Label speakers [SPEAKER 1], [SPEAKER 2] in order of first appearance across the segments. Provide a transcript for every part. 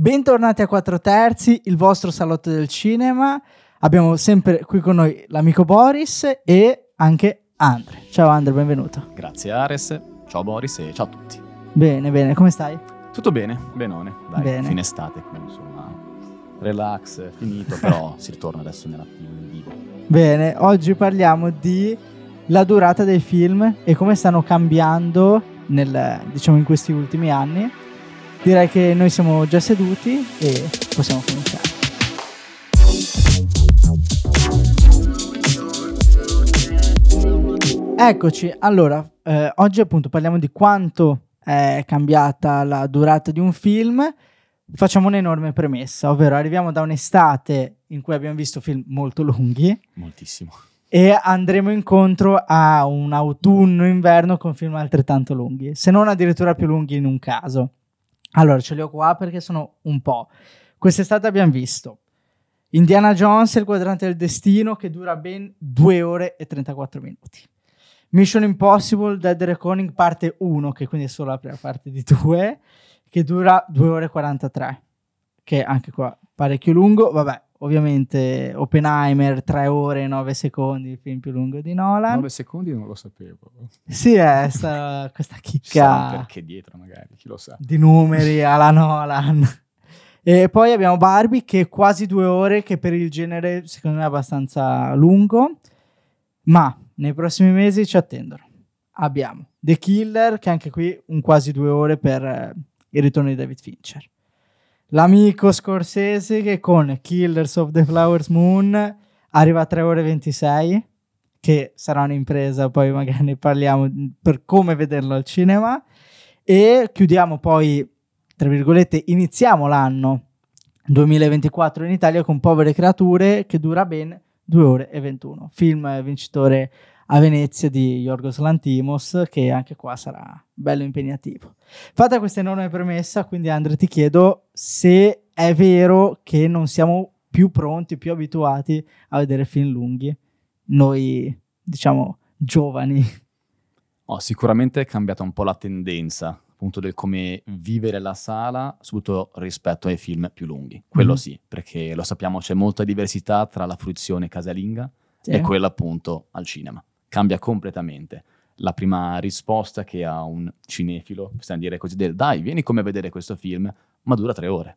[SPEAKER 1] Bentornati a 4 terzi, il vostro salotto del cinema. Abbiamo sempre qui con noi l'amico Boris e anche Andre. Ciao Andre, benvenuto.
[SPEAKER 2] Grazie Ares, ciao Boris e ciao a tutti.
[SPEAKER 1] Bene, come stai?
[SPEAKER 2] Tutto bene, benone, dai,
[SPEAKER 1] Bene.
[SPEAKER 2] fine estate, quindi insomma, relax, finito, però si ritorna adesso nell'attivo in vivo.
[SPEAKER 1] Bene, oggi parliamo di la durata dei film e come stanno cambiando in questi ultimi anni. Direi che noi siamo già seduti e possiamo cominciare. Eccoci, allora, oggi appunto parliamo di quanto è cambiata la durata di un film. Facciamo un'enorme premessa, ovvero arriviamo da un'estate in cui abbiamo visto film molto lunghi.
[SPEAKER 2] Moltissimo.
[SPEAKER 1] E andremo incontro a un autunno-inverno con film altrettanto lunghi, se non addirittura più lunghi in un caso. Allora, ce li ho qua perché sono un po'. Quest'estate abbiamo visto Indiana Jones e il quadrante del destino, che dura ben 2 ore e 34 minuti. Mission Impossible Dead Reckoning parte 1, che quindi è solo la prima parte di 2, che dura 2 ore e 43, che anche qua parecchio lungo. Vabbè, ovviamente Oppenheimer 3 ore e 9 secondi, il film più lungo di Nolan.
[SPEAKER 3] 9 secondi non lo sapevo.
[SPEAKER 1] Sì, è questa chicca
[SPEAKER 2] Perché dietro magari, chi lo sa.
[SPEAKER 1] di numeri alla Nolan. E poi abbiamo Barbie, che è quasi 2 ore, che per il genere secondo me è abbastanza lungo, ma nei prossimi mesi ci attendono. Abbiamo The Killer, che anche qui un quasi 2 ore per il ritorno di David Fincher. L'amico Scorsese, che con Killers of the Flower Moon arriva a 3 ore e 26, che sarà un'impresa, poi magari ne parliamo per come vederlo al cinema. E chiudiamo poi, tra virgolette, iniziamo l'anno 2024 in Italia con Povere Creature, che dura ben 2 ore e 21. Film vincitore a Venezia di Yorgos Lanthimos, che anche qua sarà bello impegnativo. Fatta questa enorme premessa, quindi Andre, ti chiedo se è vero che non siamo più pronti, più abituati a vedere film lunghi, noi diciamo giovani.
[SPEAKER 2] Sicuramente è cambiata un po' la tendenza, appunto, del come vivere la sala, soprattutto rispetto ai film più lunghi. Quello sì, perché lo sappiamo, c'è molta diversità tra la fruizione casalinga e quella appunto al cinema. Cambia completamente. La prima risposta che ha un cinefilo, possiamo dire così, dai, vieni come a vedere questo film, ma dura 3 ore.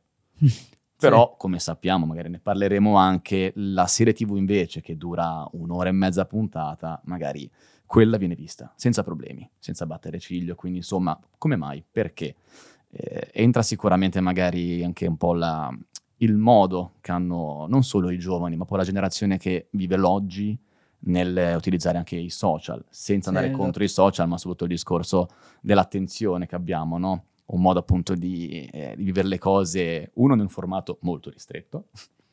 [SPEAKER 2] Però, come sappiamo, magari ne parleremo anche, la serie TV invece, che dura 1 ora e mezza puntata, magari quella viene vista senza problemi, senza battere ciglio. Quindi insomma, come mai? Perché? Entra sicuramente magari anche un po' il modo che hanno non solo i giovani, ma poi la generazione che vive l'oggi nel utilizzare anche i social, senza andare contro i social, ma soprattutto il discorso dell'attenzione che abbiamo, no? Un modo appunto di vivere le cose, uno in un formato molto ristretto,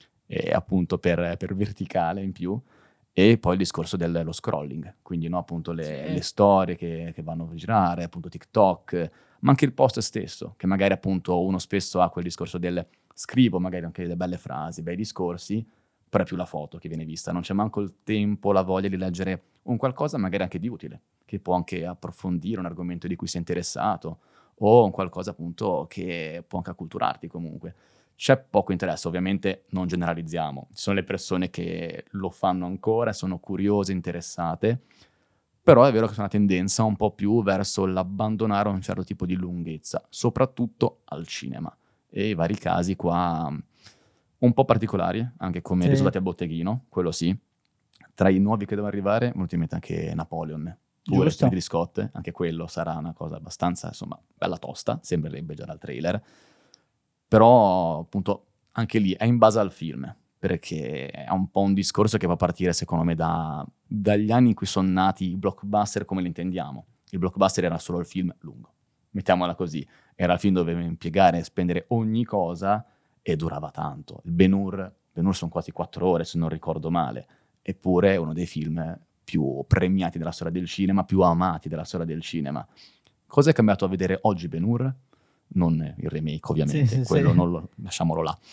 [SPEAKER 2] e appunto per verticale in più, e poi il discorso dello scrolling, quindi no, appunto le storie che vanno a girare, appunto TikTok, ma anche il post stesso, che magari appunto uno spesso ha quel discorso del scrivo magari anche delle belle frasi, bei discorsi, però è più la foto che viene vista, non c'è manco il tempo, la voglia di leggere un qualcosa magari anche di utile, che può anche approfondire un argomento di cui sei interessato, o un qualcosa appunto che può anche acculturarti comunque. C'è poco interesse, ovviamente non generalizziamo, ci sono le persone che lo fanno ancora, sono curiose, interessate, però è vero che c'è una tendenza un po' più verso l'abbandonare un certo tipo di lunghezza, soprattutto al cinema, e i vari casi qua un po' particolari, anche come risultati a botteghino, quello sì. Tra i nuovi che devono arrivare, ultimamente anche Napoleon, pure Ridley Scott, anche quello sarà una cosa abbastanza, insomma, bella tosta, sembrerebbe già dal trailer, però appunto anche lì è in base al film, perché è un po' un discorso che va a partire secondo me dagli anni in cui sono nati i blockbuster come li intendiamo. Il blockbuster era solo il film lungo, mettiamola così, era il film dove dovevi impiegare e spendere ogni cosa e durava tanto. Il Ben-Hur sono quasi 4 ore se non ricordo male, eppure è uno dei film più premiati della storia del cinema, più amati della storia del cinema. Cosa è cambiato a vedere oggi Ben-Hur? Non il remake ovviamente, quello non lasciamolo là.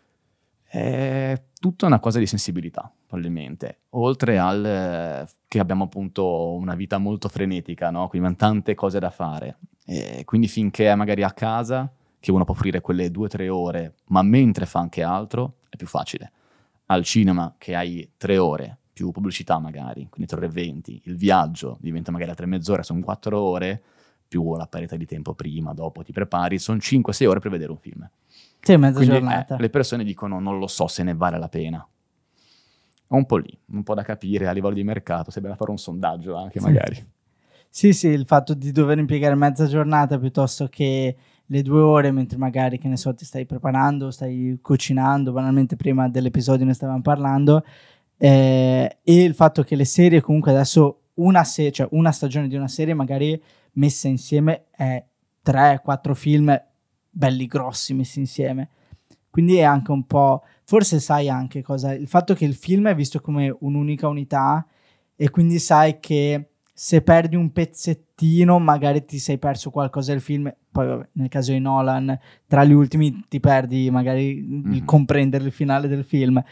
[SPEAKER 2] È tutta una cosa di sensibilità, probabilmente, oltre al che abbiamo appunto una vita molto frenetica, no? Quindi tante cose da fare, e quindi finché è magari a casa che uno può offrire quelle 2-3 ore, ma mentre fa anche altro, è più facile. Al cinema, che hai 3 ore, più pubblicità magari, quindi 3 ore e 20, il viaggio diventa magari altre mezz'ora, sono 4 ore, più la parità di tempo prima, dopo ti prepari, sono 5-6 ore per vedere un film.
[SPEAKER 1] Sì, mezza
[SPEAKER 2] Quindi
[SPEAKER 1] giornata.
[SPEAKER 2] le persone dicono non lo so se ne vale la pena. È un po' lì, un po' da capire a livello di mercato, se da fare un sondaggio anche magari.
[SPEAKER 1] Sì, il fatto di dover impiegare mezza giornata piuttosto che le 2 ore, mentre magari, che ne so, ti stai preparando, stai cucinando, banalmente prima dell'episodio ne stavamo parlando, e il fatto che le serie comunque adesso, cioè una stagione di una serie magari messa insieme è 3-4 film belli grossi messi insieme. Quindi è anche un po', forse sai anche cosa, il fatto che il film è visto come un'unica unità e quindi sai che se perdi un pezzettino magari ti sei perso qualcosa del film. Poi vabbè, nel caso di Nolan, tra gli ultimi ti perdi magari il comprendere il finale del film,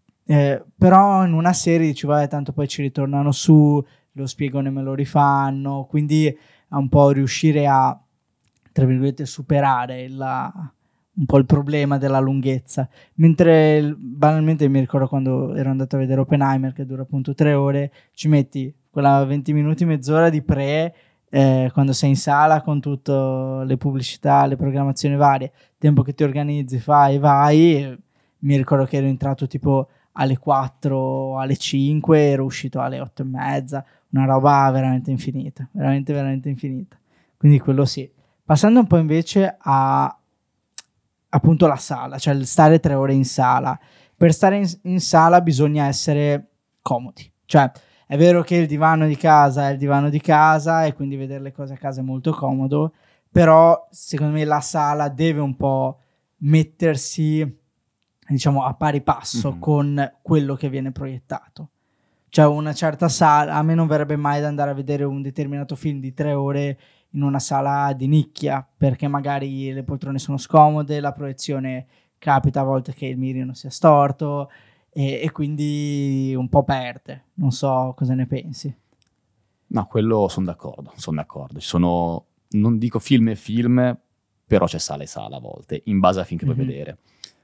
[SPEAKER 1] però in una serie dici vabbè, tanto poi ci ritornano su, lo spiegano e me lo rifanno, quindi è un po' riuscire a, tra virgolette, superare un po' il problema della lunghezza. Mentre banalmente mi ricordo quando ero andato a vedere Oppenheimer, che dura appunto 3 ore, ci metti quella 20 minuti, mezz'ora di quando sei in sala con tutte le pubblicità, le programmazioni varie, tempo che ti organizzi, fai, vai. Mi ricordo che ero entrato tipo alle 4, alle 5, ero uscito alle 8 e mezza, una roba veramente infinita, veramente veramente infinita. Quindi quello sì. Passando un po' invece a appunto la sala, cioè il stare 3 ore in sala. Per stare in sala bisogna essere comodi, cioè è vero che il divano di casa è il divano di casa e quindi vedere le cose a casa è molto comodo, però secondo me la sala deve un po' mettersi, diciamo, a pari passo con quello che viene proiettato. Cioè una certa sala, a me non verrebbe mai da andare a vedere un determinato film di 3 ore in una sala di nicchia, perché magari le poltrone sono scomode, la proiezione capita a volte che il mirino sia storto e quindi un po' perde. Non so cosa ne pensi.
[SPEAKER 2] No, quello sono d'accordo. Ci sono, non dico film e film, però c'è sala e sala a volte, in base a film che puoi vedere.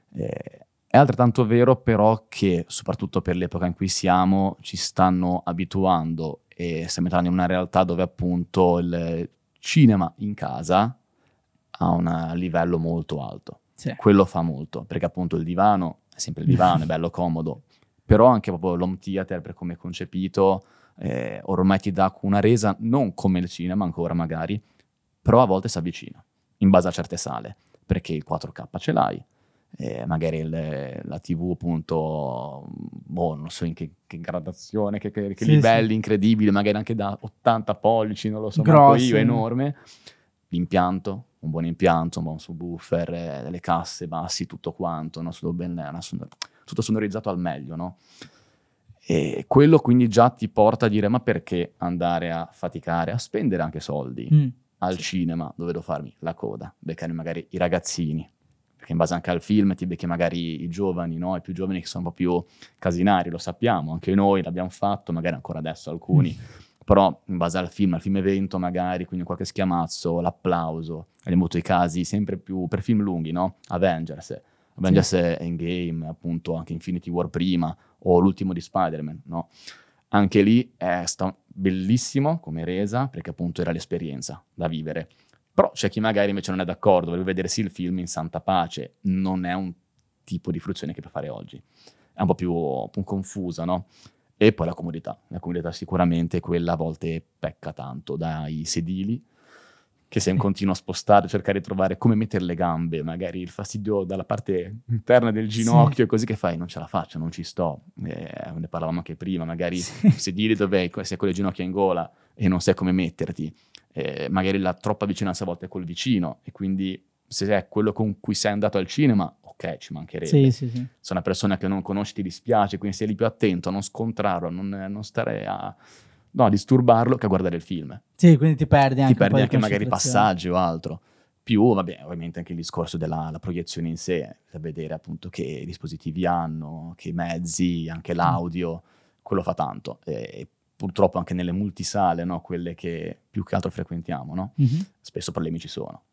[SPEAKER 2] È altrettanto vero però che, soprattutto per l'epoca in cui siamo, ci stanno abituando e stiamo entrando in una realtà dove appunto il cinema in casa ha un livello molto alto.
[SPEAKER 1] Sì.
[SPEAKER 2] Quello fa molto, perché appunto il divano è sempre il divano, è bello comodo, però anche proprio l'home theater, per come è concepito, ormai ti dà una resa, non come il cinema ancora magari, però a volte si avvicina, in base a certe sale, perché il 4K ce l'hai, magari la TV appunto, non so in che gradazione, che livelli incredibili, magari anche da 80 pollici, non lo so, manco io, è enorme. L'impianto, un buon impianto, un buon subwoofer, le casse, bassi, tutto quanto, no? Tutto sonorizzato al meglio, no? E quello quindi già ti porta a dire ma perché andare a faticare, a spendere anche soldi al cinema, dove devo farmi la coda, beccare magari i ragazzini, perché in base anche al film ti becchi magari i giovani, no? I più giovani che sono un po' più casinari, lo sappiamo, anche noi l'abbiamo fatto, magari ancora adesso alcuni, però in base al film evento magari, quindi qualche schiamazzo, l'applauso, abbiamo avuto i casi sempre più per film lunghi, no? Avengers Endgame, appunto anche Infinity War prima, o l'ultimo di Spider-Man, no? Anche lì è stato bellissimo come resa, perché appunto era l'esperienza da vivere. Però c'è chi magari invece non è d'accordo, vuole vedersi il film in santa pace, non è un tipo di fruizione che puoi fare oggi. È un po' più confusa, no? E poi la comodità sicuramente quella a volte pecca tanto dai sedili, che sei in continuo a spostare, cercare di trovare come mettere le gambe, magari il fastidio dalla parte interna del ginocchio, così che fai, non ce la faccio, non ci sto. Ne parlavamo anche prima, magari sedili dove sei con le ginocchia in gola e non sai come metterti. Magari la troppa vicinanza a volte è col vicino, e quindi se è quello con cui sei andato al cinema, ok, ci mancherebbe.
[SPEAKER 1] Sì.
[SPEAKER 2] Se una persona che non conosci ti dispiace, quindi sei lì più attento a non scontrarlo, a non stare a disturbarlo, che a guardare il film.
[SPEAKER 1] Sì, quindi ti perdi anche
[SPEAKER 2] magari passaggi o altro. Più, vabbè, ovviamente anche il discorso della proiezione in sé, per vedere appunto che dispositivi hanno, che mezzi, anche l'audio, quello fa tanto. E purtroppo anche nelle multisale, no? Quelle che più che altro frequentiamo, no? Spesso problemi ci sono.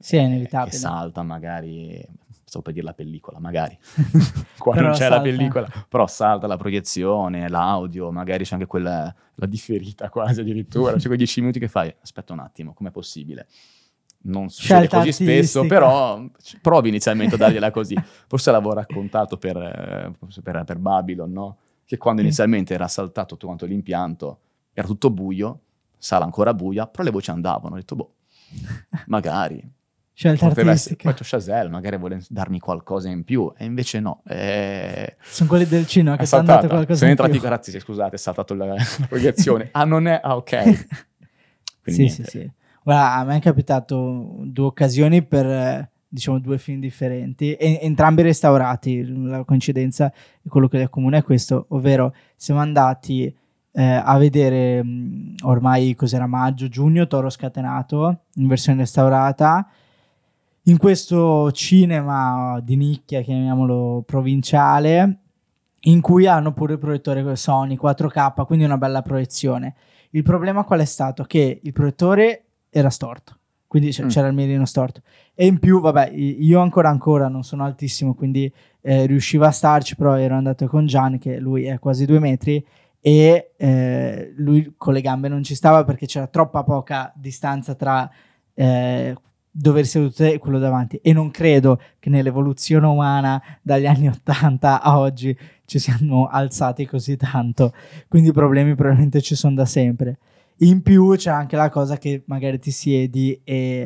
[SPEAKER 1] Sì, è
[SPEAKER 2] che
[SPEAKER 1] inevitabile.
[SPEAKER 2] salta magari, stavo per dire la pellicola, magari, qua
[SPEAKER 1] Però
[SPEAKER 2] non c'è
[SPEAKER 1] salta.
[SPEAKER 2] la pellicola, però salta la proiezione, l'audio, magari c'è anche quella, la differita quasi addirittura, c'è quei 10 minuti che fai, aspetta un attimo, com'è possibile? Non succede
[SPEAKER 1] Scelta
[SPEAKER 2] così spesso,
[SPEAKER 1] artistica.
[SPEAKER 2] però provi inizialmente a dargliela così. Forse l'avevo raccontato per Babylon, no? Che quando
[SPEAKER 1] Sì.
[SPEAKER 2] inizialmente era saltato tutto quanto l'impianto, era tutto buio, sala ancora buia, però le voci andavano. Ho detto, boh, magari.
[SPEAKER 1] Scelta
[SPEAKER 2] Poteva essere,
[SPEAKER 1] artistica.
[SPEAKER 2] faccio Chazelle, magari vuole darmi qualcosa in più, e invece no.
[SPEAKER 1] Sono quelli del cinema che
[SPEAKER 2] È
[SPEAKER 1] ti hanno dato
[SPEAKER 2] saltata.
[SPEAKER 1] qualcosa
[SPEAKER 2] Sono
[SPEAKER 1] in più.
[SPEAKER 2] entrati, grazie, scusate, è saltato la proiezione. Ah, non è? Ah, ok. Quindi
[SPEAKER 1] Sì,
[SPEAKER 2] niente.
[SPEAKER 1] sì. Guarda, a me è capitato 2 occasioni per, diciamo, 2 film differenti, e entrambi restaurati. La coincidenza e quello che li accomuna è questo, ovvero siamo andati a vedere ormai cos'era, maggio, giugno, Toro Scatenato in versione restaurata in questo cinema di nicchia, chiamiamolo provinciale, in cui hanno pure il proiettore Sony 4K, quindi una bella proiezione. Il problema qual è stato? Che il proiettore era storto, quindi c'era il mirino storto, e in più, vabbè, io ancora non sono altissimo, quindi riuscivo a starci, però ero andato con Gian, che lui è quasi 2 metri, e lui con le gambe non ci stava perché c'era troppa poca distanza tra dove eri seduto e quello davanti, e non credo che nell'evoluzione umana dagli anni 80 a oggi ci siamo alzati così tanto, quindi i problemi probabilmente ci sono da sempre. In più c'è anche la cosa che magari ti siedi e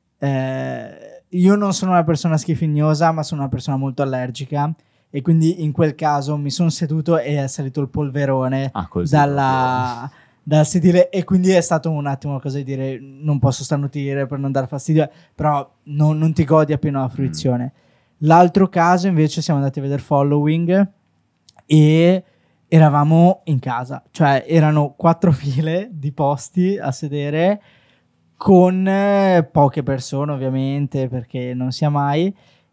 [SPEAKER 1] io non sono una persona schifignosa, ma sono una persona molto allergica, e quindi in quel caso mi sono seduto e è salito il polverone dal sedile, e quindi è stato un attimo una cosa di dire non posso starnutire per non dar fastidio, però non ti godi appieno la fruizione. L'altro caso invece siamo andati a vedere Following e eravamo in casa, cioè erano 4 file di posti a sedere con poche persone ovviamente, perché non sia mai,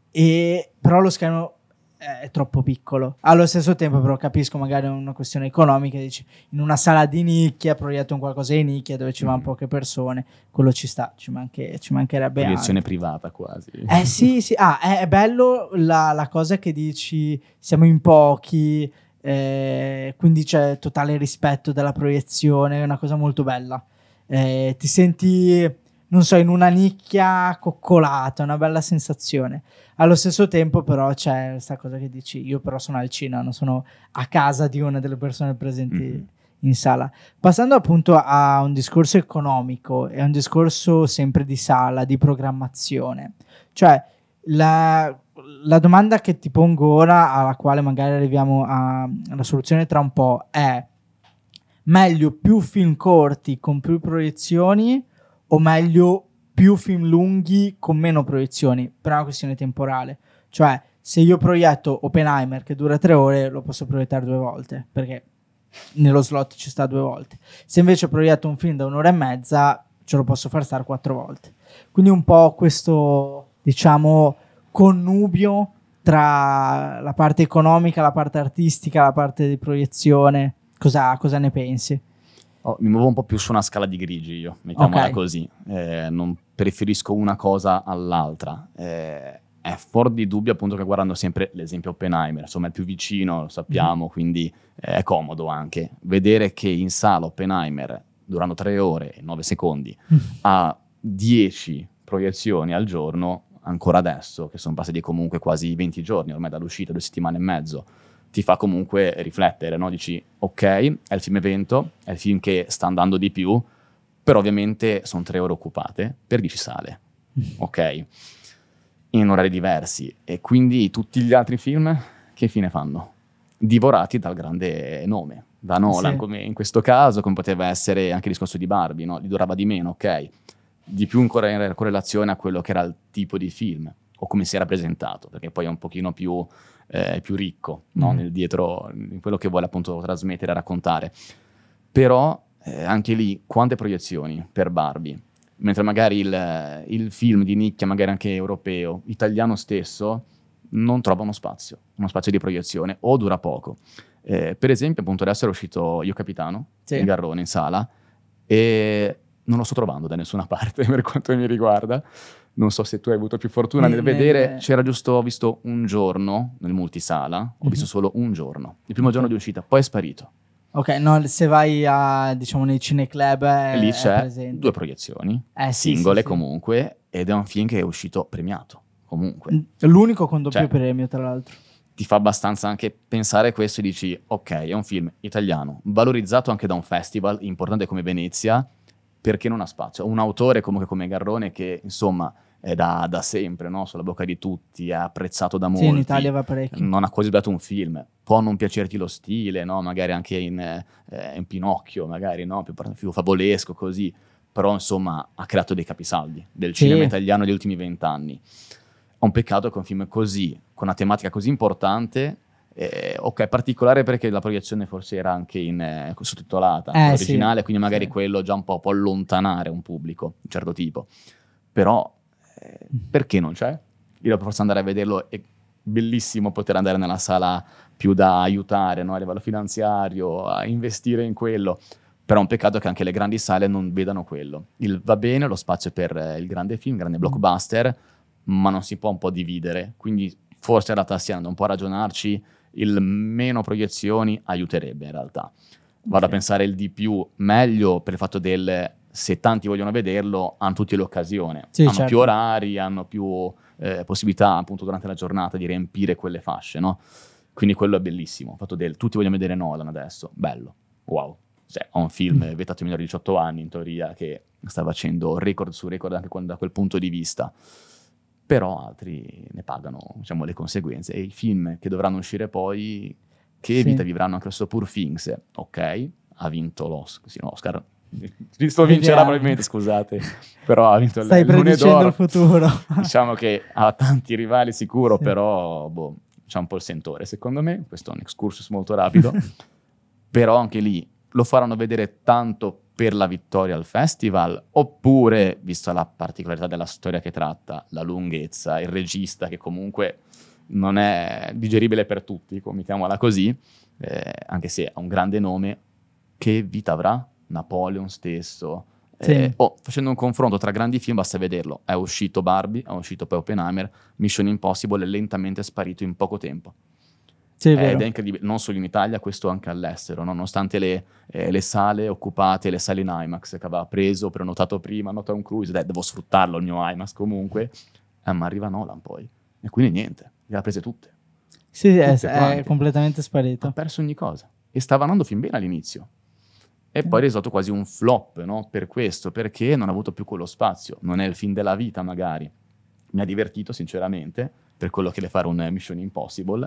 [SPEAKER 1] e però lo schermo è troppo piccolo. Allo stesso tempo però capisco, magari è una questione economica, dici in una sala di nicchia proietto un qualcosa di nicchia dove ci vanno poche persone, quello ci sta, ci mancherebbe
[SPEAKER 2] Proiezione
[SPEAKER 1] altro.
[SPEAKER 2] privata quasi.
[SPEAKER 1] Sì, è bello la cosa che dici siamo in pochi, quindi c'è totale rispetto della proiezione, è una cosa molto bella. Ti senti, non so, in una nicchia coccolata, una bella sensazione. Allo stesso tempo però c'è questa cosa che dici io però sono al cinema, non sono a casa di una delle persone presenti in sala. Passando appunto a un discorso economico e a un discorso sempre di sala, di programmazione, cioè la domanda che ti pongo ora, alla quale magari arriviamo alla soluzione tra un po', è: meglio più film corti con più proiezioni o meglio più film lunghi con meno proiezioni, per una questione temporale? Cioè, se io proietto Oppenheimer che dura 3 ore, lo posso proiettare 2 volte, perché nello slot ci sta 2 volte. Se invece proietto un film da 1 ora e mezza, ce lo posso far stare 4 volte. Quindi un po' questo, diciamo, connubio tra la parte economica, la parte artistica, la parte di proiezione. Cosa ne pensi?
[SPEAKER 2] Mi muovo un po' più su una scala di grigi io, mettiamola così. Non preferisco una cosa all'altra. È fuori di dubbio appunto che, guardando sempre l'esempio Oppenheimer, insomma è più vicino, lo sappiamo, quindi è comodo anche vedere che in sala Oppenheimer, durando 3 ore e 9 secondi, ha 10 proiezioni al giorno, ancora adesso, che sono passati comunque quasi 20 giorni ormai dall'uscita, 2 settimane e mezzo, ti fa comunque riflettere, no? Dici, ok, è il film evento, è il film che sta andando di più, però ovviamente sono 3 ore occupate per 10 sale, ok? In orari diversi, e quindi tutti gli altri film che fine fanno? Divorati dal grande nome, da Nolan, come in questo caso, come poteva essere anche il discorso di Barbie, no? Gli durava di meno, ok? Di più in correlazione a quello che era il tipo di film, o come si era presentato, perché poi è un pochino più ricco, no? Nel dietro, in quello che vuole appunto trasmettere e raccontare. Però anche lì, quante proiezioni per Barbie? Mentre magari il film di nicchia, magari anche europeo, italiano stesso, non trova uno spazio di proiezione, o dura poco. Per esempio, appunto, adesso era uscito Io Capitano, il Garrone in sala, e non lo sto trovando da nessuna parte per quanto mi riguarda. Non so se tu hai avuto più fortuna nel vedere. C'era giusto, ho visto un giorno nel multisala, ho visto solo un giorno, il primo giorno di uscita, poi è sparito.
[SPEAKER 1] Ok, no, se vai a, diciamo, nei cineclub
[SPEAKER 2] E lì c'è
[SPEAKER 1] presente.
[SPEAKER 2] 2 proiezioni,
[SPEAKER 1] Sì,
[SPEAKER 2] singole
[SPEAKER 1] sì.
[SPEAKER 2] comunque, ed è un film che è uscito premiato, comunque.
[SPEAKER 1] L'unico con doppio
[SPEAKER 2] Cioè,
[SPEAKER 1] premio, tra l'altro.
[SPEAKER 2] Ti fa abbastanza anche pensare questo e dici, ok, è un film italiano, valorizzato anche da un festival importante come Venezia, perché non ha spazio? Un autore comunque come Garrone che, insomma, è da sempre, no? Sulla bocca di tutti, è apprezzato da molti.
[SPEAKER 1] Sì, in Italia va parecchio.
[SPEAKER 2] Non ha quasi dato un film. Può non piacerti lo stile, no? Magari anche in Pinocchio, magari, no? Più favolesco, così. Però, insomma, ha creato dei capisaldi del cinema italiano degli ultimi 20 anni. È un peccato che un film così, con una tematica così importante, ok, particolare perché la proiezione forse era anche in sottotitolata, originale, quindi magari quello già un po' può allontanare un pubblico, un certo tipo. Però perché non c'è? Io devo forse andare a vederlo, è bellissimo poter andare nella sala più da aiutare, no? A livello finanziario, a investire in quello, però è un peccato che anche le grandi sale non vedano quello. Va bene lo spazio per il grande film, il grande blockbuster, ma non si può un po' dividere, quindi forse in realtà stiamo un po' a ragionarci, il meno proiezioni aiuterebbe in realtà. Vado a pensare il di più meglio per il fatto se tanti vogliono vederlo, hanno tutti l'occasione, hanno più orari, hanno più possibilità appunto durante la giornata di riempire quelle fasce, no? Quindi quello è bellissimo, il fatto tutti vogliono vedere Nolan adesso, bello, wow. Cioè, ho un film vietato ai minori di 18 anni, in teoria, che sta facendo record su record anche da quel punto di vista. Però altri ne pagano, diciamo, le conseguenze. E i film che dovranno uscire poi, che vita vivranno anche questo Poor Things, ok, ha vinto l'Oscar. Lo vincerà probabilmente, scusate, però ha vinto
[SPEAKER 1] Stai predicendo il futuro.
[SPEAKER 2] Diciamo che ha tanti rivali sicuro, però c'ha un po' il sentore, secondo me. Questo è un excursus molto rapido. Però anche lì lo faranno vedere tanto per la vittoria al festival, oppure, vista la particolarità della storia che tratta, la lunghezza, il regista che comunque non è digeribile per tutti, mettiamola così, anche se ha un grande nome, che vita avrà? Napoleon stesso. Facendo un confronto tra grandi film, basta vederlo. È uscito Barbie, è uscito poi Oppenheimer, Mission Impossible è lentamente sparito in poco tempo. Ed è incredibile, non solo in Italia, questo anche all'estero, no? Nonostante le sale occupate, le sale in IMAX che aveva preso, prenotato prima, no, Tom Cruise, devo sfruttarlo il mio IMAX comunque, ma arriva Nolan poi, e quindi niente, le ha prese tutte.
[SPEAKER 1] Sì, è completamente sparito.
[SPEAKER 2] Ha perso ogni cosa, e stava andando fin bene all'inizio, e poi è risultato quasi un flop, no? Per questo, perché non ha avuto più quello spazio, non è il film della vita magari. Mi ha divertito sinceramente, per quello che le fare un Mission Impossible,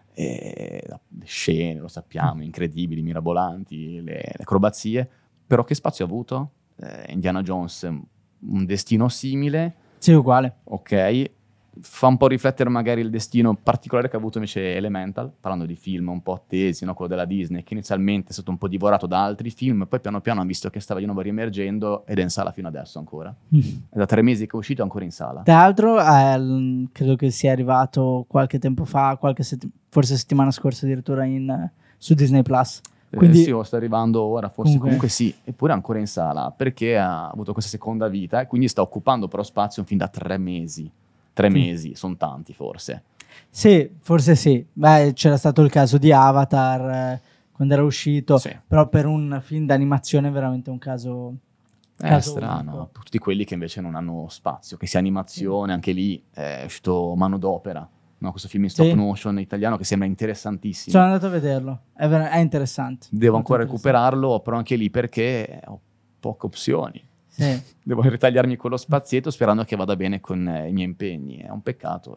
[SPEAKER 2] le scene, lo sappiamo, incredibili, mirabolanti, le acrobazie, però che spazio ha avuto? Indiana Jones, un destino simile.
[SPEAKER 1] Sì, uguale.
[SPEAKER 2] Ok, fa un po' riflettere magari il destino particolare che ha avuto invece Elemental, parlando di film un po' attesi, no? Quello della Disney, che inizialmente è stato un po' divorato da altri film, poi piano piano hanno visto che stava di nuovo riemergendo ed è in sala fino adesso ancora. È da 3 mesi che è uscito, ancora in sala.
[SPEAKER 1] Tra l'altro credo che sia arrivato qualche tempo fa, forse settimana scorsa addirittura su Disney Plus. Quindi
[SPEAKER 2] sì, sta arrivando ora, forse comunque sì, eppure ancora in sala, perché ha avuto questa seconda vita e quindi sta occupando però spazio fin da 3 mesi. 3 mesi, sono tanti forse.
[SPEAKER 1] Sì, forse sì. Beh, c'era stato il caso di Avatar quando era uscito, però per un film d'animazione è veramente un caso
[SPEAKER 2] strano.
[SPEAKER 1] unico.
[SPEAKER 2] Tutti quelli che invece non hanno spazio, che sia animazione, anche lì è uscito Manodopera, no? Questo film in stop motion italiano che sembra interessantissimo.
[SPEAKER 1] Sono andato a vederlo, è interessante.
[SPEAKER 2] Devo ancora recuperarlo, però anche lì perché ho poche opzioni. Devo ritagliarmi quello spazietto sperando che vada bene con i miei impegni. È un peccato.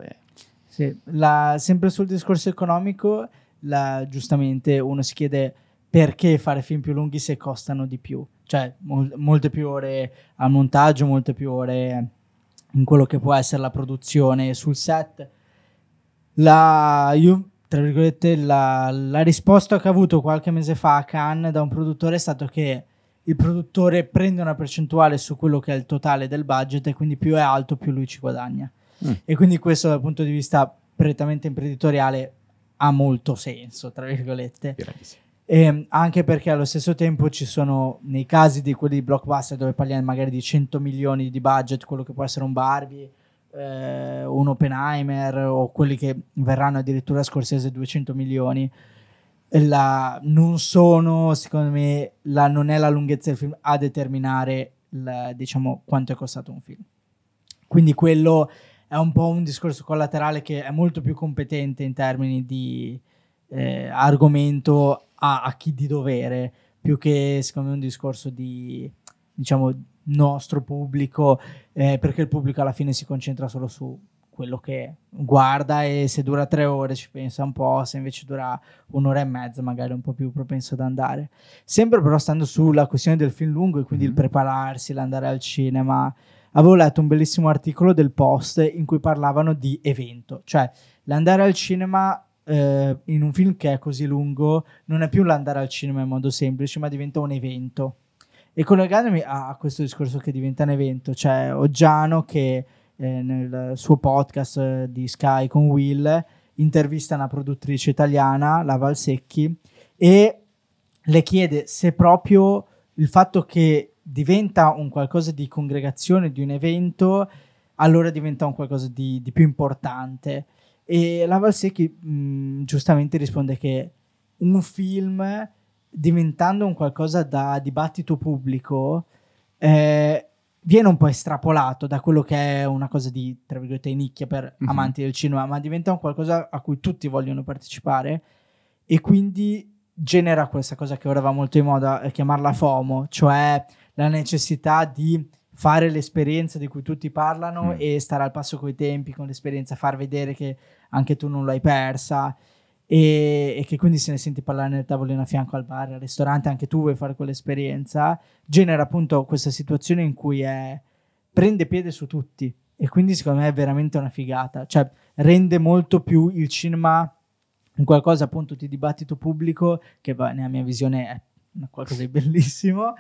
[SPEAKER 1] Sempre sul discorso economico, giustamente uno si chiede perché fare film più lunghi se costano di più. Cioè molte più ore al montaggio, molte più ore in quello che può essere la produzione sul set. Tra virgolette, la risposta che ho avuto qualche mese fa a Cannes da un produttore è stato che il produttore prende una percentuale su quello che è il totale del budget e quindi più è alto più lui ci guadagna. E quindi questo dal punto di vista prettamente imprenditoriale ha molto senso, tra virgolette. Anche perché allo stesso tempo ci sono, nei casi di quelli di blockbuster dove parliamo magari di 100 milioni di budget, quello che può essere un Barbie, un Oppenheimer, o quelli che verranno addirittura a Scorsese 200 milioni, non sono, secondo me, non è la lunghezza del film a determinare diciamo quanto è costato un film. Quindi quello è un po' un discorso collaterale che è molto più competente in termini di argomento a chi di dovere, più che secondo me un discorso di, diciamo, nostro pubblico, perché il pubblico alla fine si concentra solo su quello che guarda, e se dura 3 ore ci pensa un po', se invece dura 1 ora e mezza magari è un po' più propenso ad andare. Sempre però stando sulla questione del film lungo e quindi il prepararsi, l'andare al cinema, avevo letto un bellissimo articolo del Post in cui parlavano di evento, cioè l'andare al cinema in un film che è così lungo non è più l'andare al cinema in modo semplice, ma diventa un evento. E collegandomi a questo discorso che diventa un evento, c'è Oggiano che nel suo podcast di Sky con Will intervista una produttrice italiana, la Valsecchi, e le chiede se proprio il fatto che diventa un qualcosa di congregazione, di un evento, allora diventa un qualcosa di più importante. E la Valsecchi giustamente risponde che un film, diventando un qualcosa da dibattito pubblico, viene un po' estrapolato da quello che è una cosa di, tra virgolette, nicchia per amanti del cinema, ma diventa un qualcosa a cui tutti vogliono partecipare, e quindi genera questa cosa che ora va molto in moda chiamarla FOMO, cioè la necessità di fare l'esperienza di cui tutti parlano e stare al passo coi tempi con l'esperienza, far vedere che anche tu non l'hai persa, e che quindi se ne senti parlare nel tavolino a fianco al bar, al ristorante, anche tu vuoi fare quell'esperienza, genera appunto questa situazione in cui prende piede su tutti, e quindi secondo me è veramente una figata, cioè rende molto più il cinema un qualcosa appunto di dibattito pubblico, che nella mia visione è qualcosa di bellissimo,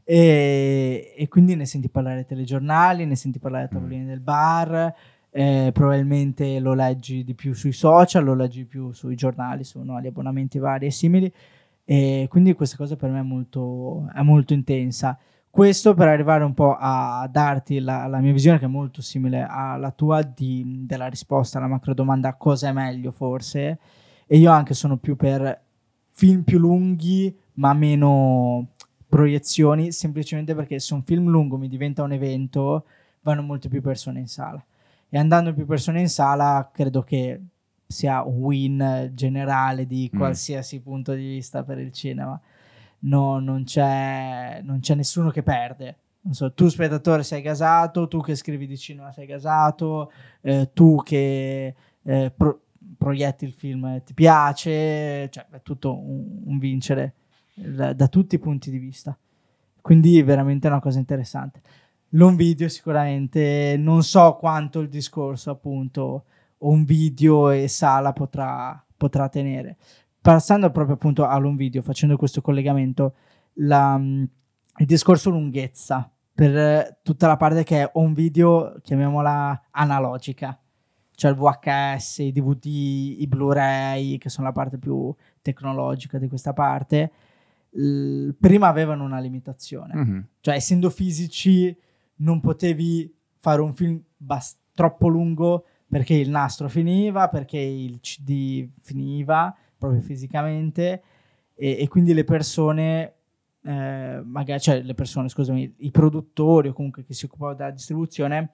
[SPEAKER 1] e quindi ne senti parlare ai telegiornali, ne senti parlare ai tavolini del bar, probabilmente lo leggi di più sui social, lo leggi di più sui giornali, su gli abbonamenti vari e simili, e quindi questa cosa per me è molto intensa. Questo per arrivare un po' a darti la mia visione, che è molto simile alla tua, della risposta alla macro domanda cosa è meglio forse, e io anche sono più per film più lunghi ma meno proiezioni, semplicemente perché se un film lungo mi diventa un evento, vanno molte più persone in sala, e andando più persone in sala credo che sia un win generale di qualsiasi punto di vista per il cinema. Non c'è nessuno che perde. Non so, tu spettatore sei gasato, tu che scrivi di cinema sei gasato, tu che proietti il film ti piace, cioè è tutto un vincere da tutti i punti di vista. Quindi veramente è una cosa interessante. L'home video sicuramente, non so quanto il discorso appunto home video e sala potrà tenere. Passando proprio appunto all'home video, facendo questo collegamento, il discorso lunghezza per tutta la parte che è home video, chiamiamola analogica, cioè il VHS, i DVD, i Blu-ray, che sono la parte più tecnologica di questa parte, prima avevano una limitazione, cioè essendo fisici non potevi fare un film troppo lungo, perché il nastro finiva, perché il CD finiva proprio fisicamente, e quindi le persone magari, cioè le persone, scusami, i produttori o comunque chi si occupava della distribuzione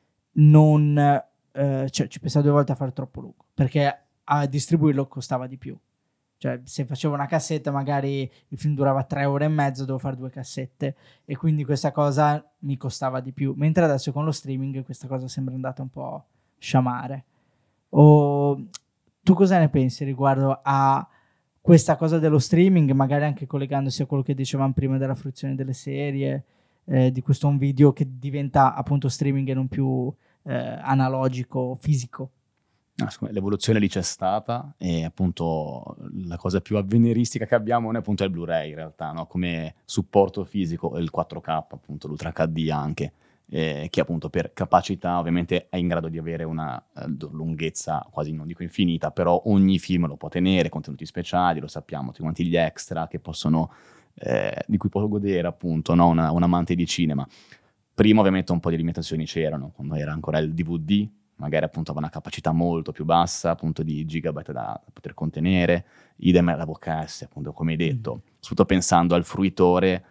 [SPEAKER 1] non ci pensava 2 volte a fare troppo lungo, perché a distribuirlo costava di più. Cioè se facevo una cassetta magari il film durava 3 ore e mezzo, devo fare 2 cassette, e quindi questa cosa mi costava di più, mentre adesso con lo streaming questa cosa sembra andata un po' sciamare. Tu cosa ne pensi riguardo a questa cosa dello streaming, magari anche collegandosi a quello che dicevamo prima della fruizione delle serie, di questo un video che diventa appunto streaming e non più analogico, fisico?
[SPEAKER 2] L'evoluzione lì c'è stata, e appunto la cosa più avveniristica che abbiamo è appunto il Blu-ray in realtà, no? Come supporto fisico, e il 4K appunto, l'Ultra HD anche. che appunto per capacità ovviamente è in grado di avere una lunghezza quasi, non dico infinita, però ogni film lo può tenere, contenuti speciali, lo sappiamo, tutti quanti gli extra che possono, di cui può godere appunto, no? un amante di cinema. Prima ovviamente un po' di limitazioni c'erano, quando era ancora il DVD, magari appunto aveva una capacità molto più bassa, appunto di gigabyte da poter contenere, idem la VHS, appunto come hai detto, soprattutto pensando al fruitore,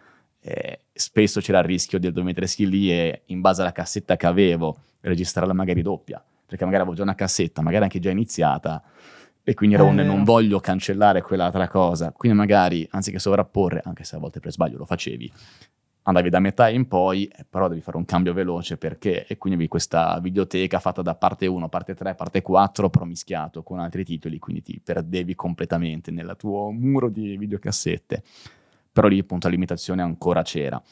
[SPEAKER 2] spesso c'era il rischio di dover mettersi lì e in base alla cassetta che avevo registrarla magari doppia, perché magari avevo già una cassetta, magari anche già iniziata, e quindi era non voglio cancellare quell'altra cosa, quindi magari anziché sovrapporre, anche se a volte per sbaglio lo facevi, andavi da metà in poi, però devi fare un cambio veloce perché, e quindi avevi questa videoteca fatta da parte 1, parte 3, parte 4, però mischiato con altri titoli, quindi ti perdevi completamente nel tuo muro di videocassette. Però lì appunto la limitazione ancora c'era,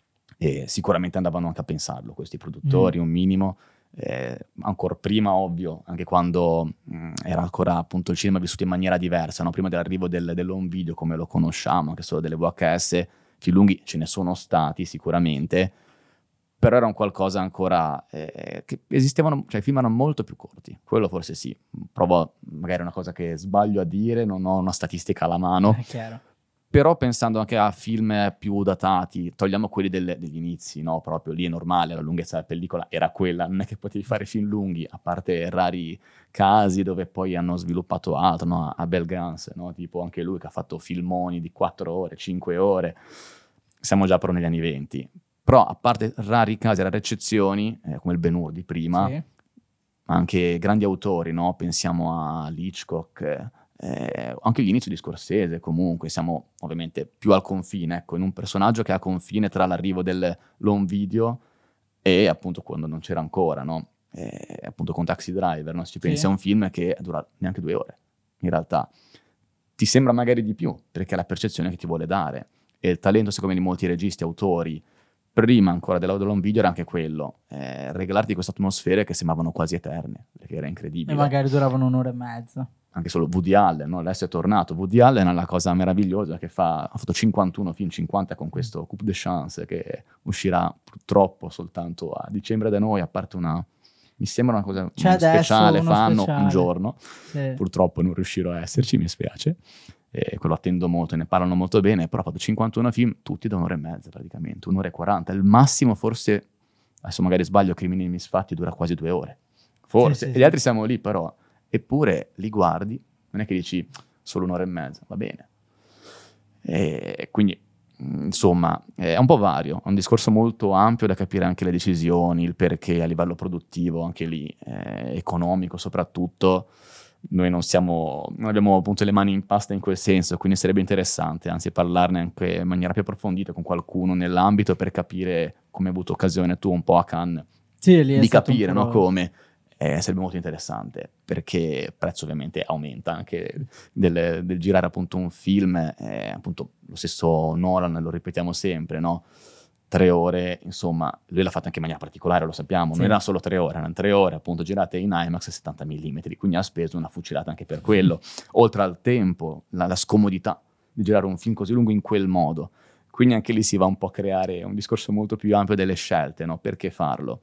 [SPEAKER 2] e sicuramente andavano anche a pensarlo questi produttori, un minimo, ancora prima ovvio, anche quando era ancora appunto il cinema vissuto in maniera diversa, no? Prima dell'arrivo dell'home video come lo conosciamo, anche solo delle VHS, film lunghi ce ne sono stati sicuramente, però era un qualcosa ancora che esistevano, cioè i film erano molto più corti, quello forse sì, provo magari una cosa che sbaglio a dire, non ho una statistica alla mano,
[SPEAKER 1] È chiaro.
[SPEAKER 2] però pensando anche a film più datati, togliamo quelli degli inizi, no? Proprio lì è normale, la lunghezza della pellicola era quella, non è che potevi fare film lunghi, a parte rari casi dove poi hanno sviluppato altro, no? Abel Gance, no? Tipo anche lui che ha fatto filmoni di 4 ore, 5 ore, siamo già però negli anni 20. Però a parte rari casi, rare eccezioni, come il Ben-Hur di prima,
[SPEAKER 1] Sì.
[SPEAKER 2] anche grandi autori, no? Pensiamo a Hitchcock, anche gli inizi di Scorsese comunque, siamo ovviamente più al confine, ecco, in un personaggio che è a confine tra l'arrivo dell'home video e appunto quando non c'era ancora, no? Appunto con Taxi Driver, no? Se ci pensi
[SPEAKER 1] Sì.
[SPEAKER 2] a un film che dura neanche 2 ore, in realtà. Ti sembra magari di più, perché è la percezione che ti vuole dare. E il talento, secondo me, di molti registi, autori, prima ancora dell'home video era anche quello, regalarti queste atmosfere che sembravano quasi eterne, perché era incredibile.
[SPEAKER 1] E magari duravano 1 ora e mezza.
[SPEAKER 2] Anche solo Woody Allen, no? Adesso è tornato. Woody Allen è la cosa meravigliosa che ha fatto 51 film, 50 con questo Coup de Chance che uscirà purtroppo soltanto a dicembre da noi, a parte mi sembra una cosa speciale, fanno un giorno. Sì. Purtroppo non riuscirò a esserci, mi spiace. Quello attendo molto, ne parlano molto bene, però ha fatto 51 film, tutti da 1 ora e mezza praticamente, 1 ora e 40. Il massimo forse, adesso magari sbaglio, Crimini Misfatti dura quasi 2 ore. Forse. Sì, e gli altri siamo lì però. Eppure li guardi, non è che dici solo 1 ora e mezza, va bene. E quindi, insomma, è un po' vario, è un discorso molto ampio da capire anche le decisioni, il perché a livello produttivo, anche lì, economico soprattutto. Noi non abbiamo appunto le mani in pasta in quel senso, quindi sarebbe interessante anzi parlarne anche in maniera più approfondita con qualcuno nell'ambito per capire come hai avuto occasione tu un po' a Cannes di capire, no, come. Sarebbe molto interessante perché il prezzo ovviamente aumenta anche del girare appunto un film, appunto lo stesso Nolan, lo ripetiamo sempre, no? 3 ore, insomma, lui l'ha fatto anche in maniera particolare, lo sappiamo, non erano solo 3 ore, erano 3 ore appunto girate in IMAX 70 mm, quindi ha speso una fucilata anche per quello, oltre al tempo, la scomodità di girare un film così lungo in quel modo, quindi anche lì si va un po' a creare un discorso molto più ampio delle scelte, no? Perché farlo?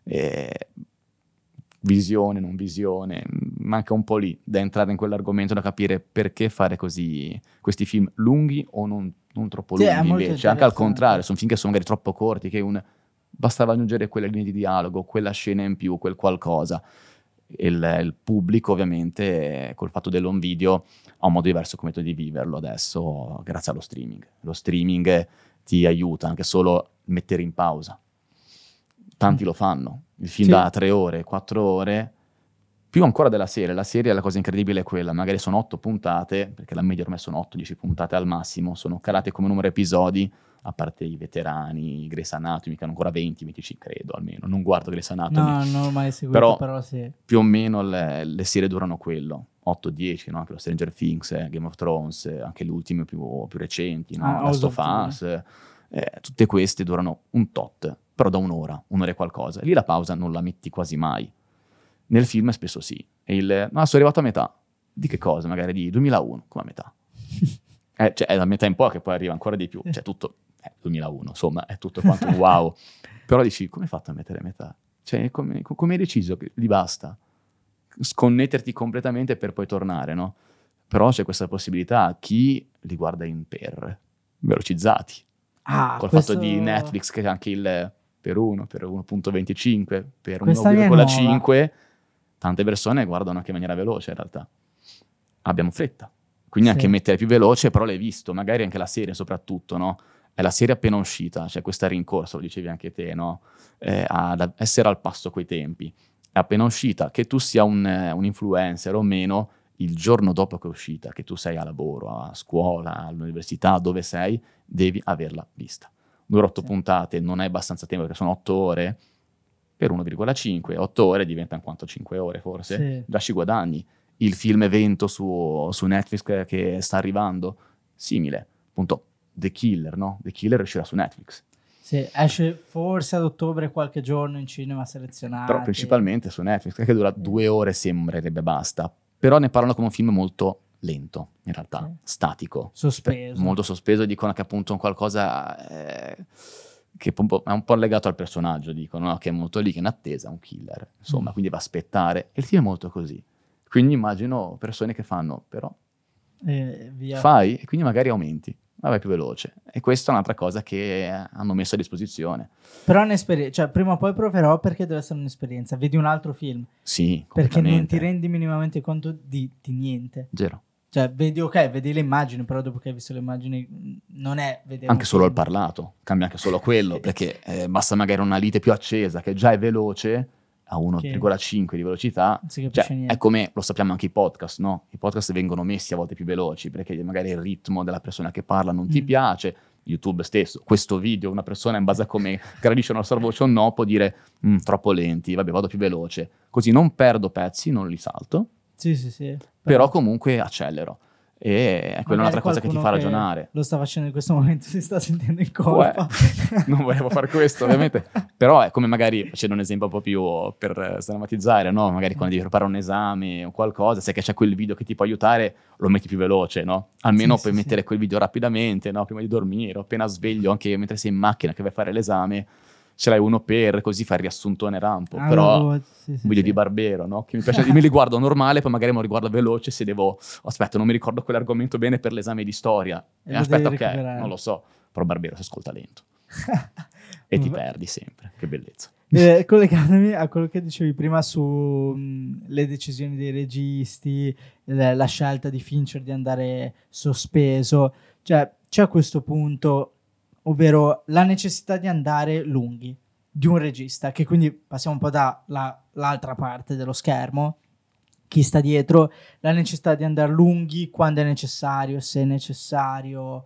[SPEAKER 2] Visione, non visione, manca un po' lì da entrare in quell'argomento, da capire perché fare così questi film lunghi o non troppo lunghi invece, anche al contrario, sono film che sono magari troppo corti, che bastava aggiungere quelle linee di dialogo, quella scena in più, quel qualcosa. Il pubblico ovviamente col fatto dell'home video ha un modo diverso come di viverlo adesso grazie allo streaming. Lo streaming ti aiuta anche solo mettere in pausa. Tanti lo fanno, il film da 3 ore, 4 ore, più ancora della serie. La serie, la cosa incredibile è quella, magari sono 8 puntate, perché la media ormai sono 8-10 puntate al massimo, sono calate come numero episodi, a parte i veterani, i Grey's Anatomy, che hanno ancora 20-25, credo almeno, non guardo Grey's Anatomy.
[SPEAKER 1] No, non ho mai seguito, però sì.
[SPEAKER 2] Più o meno le serie durano quello, 8-10, no? Anche lo Stranger Things, Game of Thrones, anche le ultime più recenti, no? Last of Us, tutte queste durano un tot, però da 1 ora, 1 ora e qualcosa. Lì la pausa non la metti quasi mai. Nel film spesso sì. Sono arrivato a metà. Di che cosa? Magari di 2001, come a metà. Cioè è da metà in poi che poi arriva ancora di più. Cioè tutto 2001, insomma, è tutto quanto wow. Però dici, come hai fatto a mettere a metà? Cioè, come hai deciso che gli basta? Sconnetterti completamente per poi tornare, no? Però c'è questa possibilità. Chi li guarda in per velocizzati? Col
[SPEAKER 1] questo...
[SPEAKER 2] fatto di Netflix che c'è anche il per 1, per 1.25, per
[SPEAKER 1] Questa mi è nuova.
[SPEAKER 2] 1,5, tante persone guardano anche in maniera veloce in realtà. Abbiamo fretta. Quindi anche mettere più veloce, però l'hai visto, magari anche la serie soprattutto, no? È la serie appena uscita, c'è questa rincorsa, lo dicevi anche te, no? Ad essere al passo coi tempi. È appena uscita, che tu sia un influencer o meno, il giorno dopo che è uscita, che tu sei a lavoro, a scuola, all'università, dove sei, devi averla vista. Dura 8 puntate, non è abbastanza tempo perché sono 8 ore, per 1,5, 8 ore diventano quanto? 5 ore forse?
[SPEAKER 1] Sì.
[SPEAKER 2] Già ci guadagni. Il film evento su Netflix che sta arrivando, simile, appunto, The Killer, no? The Killer uscirà su Netflix.
[SPEAKER 1] Sì, esce forse ad ottobre qualche giorno in cinema selezionato.
[SPEAKER 2] Però principalmente su Netflix, che dura 2 ore sembrerebbe basta. Però ne parlano come un film molto lento, in realtà, statico.
[SPEAKER 1] Sospeso.
[SPEAKER 2] Molto sospeso, dicono che appunto è qualcosa che è un po' legato al personaggio, dicono, no? Che è molto lì, che è in attesa, un killer, insomma, quindi va a aspettare. E il film è molto così. Quindi immagino persone che fanno, però,
[SPEAKER 1] via.
[SPEAKER 2] fai, e quindi magari aumenti, ma vai più veloce. E questa è un'altra cosa che hanno messo a disposizione.
[SPEAKER 1] Però è un'esperienza, cioè prima o poi proverò perché deve essere un'esperienza. Vedi un altro film.
[SPEAKER 2] Sì,
[SPEAKER 1] perché non ti rendi minimamente conto di niente.
[SPEAKER 2] Zero.
[SPEAKER 1] Cioè, vedi le immagini, però dopo che hai visto le immagini non è vedere
[SPEAKER 2] anche solo il parlato, cambia anche solo quello, perché basta magari una lite più accesa che già è veloce, a 1,5 di velocità, cioè, è come lo sappiamo anche i podcast, no? I podcast vengono messi a volte più veloci perché magari il ritmo della persona che parla non ti piace. YouTube stesso, questo video, una persona in base a come gradisce la nostra voce o no può dire troppo lenti, vabbè vado più veloce, così non perdo pezzi, non li salto,
[SPEAKER 1] sì.
[SPEAKER 2] Però comunque accelero. E è quella un'altra cosa che ti fa ragionare.
[SPEAKER 1] Lo sta facendo in questo momento, si sta sentendo in colpa.
[SPEAKER 2] Non volevo fare questo, ovviamente. Però è come magari, facendo un esempio un po' più per sdrammatizzare, no? Magari quando devi preparare un esame o qualcosa, sai che c'è quel video che ti può aiutare, lo metti più veloce, no? Almeno puoi mettere quel video rapidamente, no? Prima di dormire, o appena sveglio, anche mentre sei in macchina che vai a fare l'esame, ce l'hai uno per, così fai il riassuntone rampo. Però un video di Barbero, no? Che mi piace, io me li guardo normale, poi magari me lo riguardo veloce se devo, aspetta, non mi ricordo quell'argomento bene per l'esame di storia. Aspetta, ok, non lo so, però Barbero si ascolta lento. E ti perdi sempre, che bellezza.
[SPEAKER 1] Collegandomi a quello che dicevi prima su le decisioni dei registi, la scelta di Fincher di andare sospeso, cioè c'è questo punto, ovvero la necessità di andare lunghi di un regista, che quindi passiamo un po' dall'altra parte dello schermo, chi sta dietro, la necessità di andare lunghi quando è necessario, se è necessario,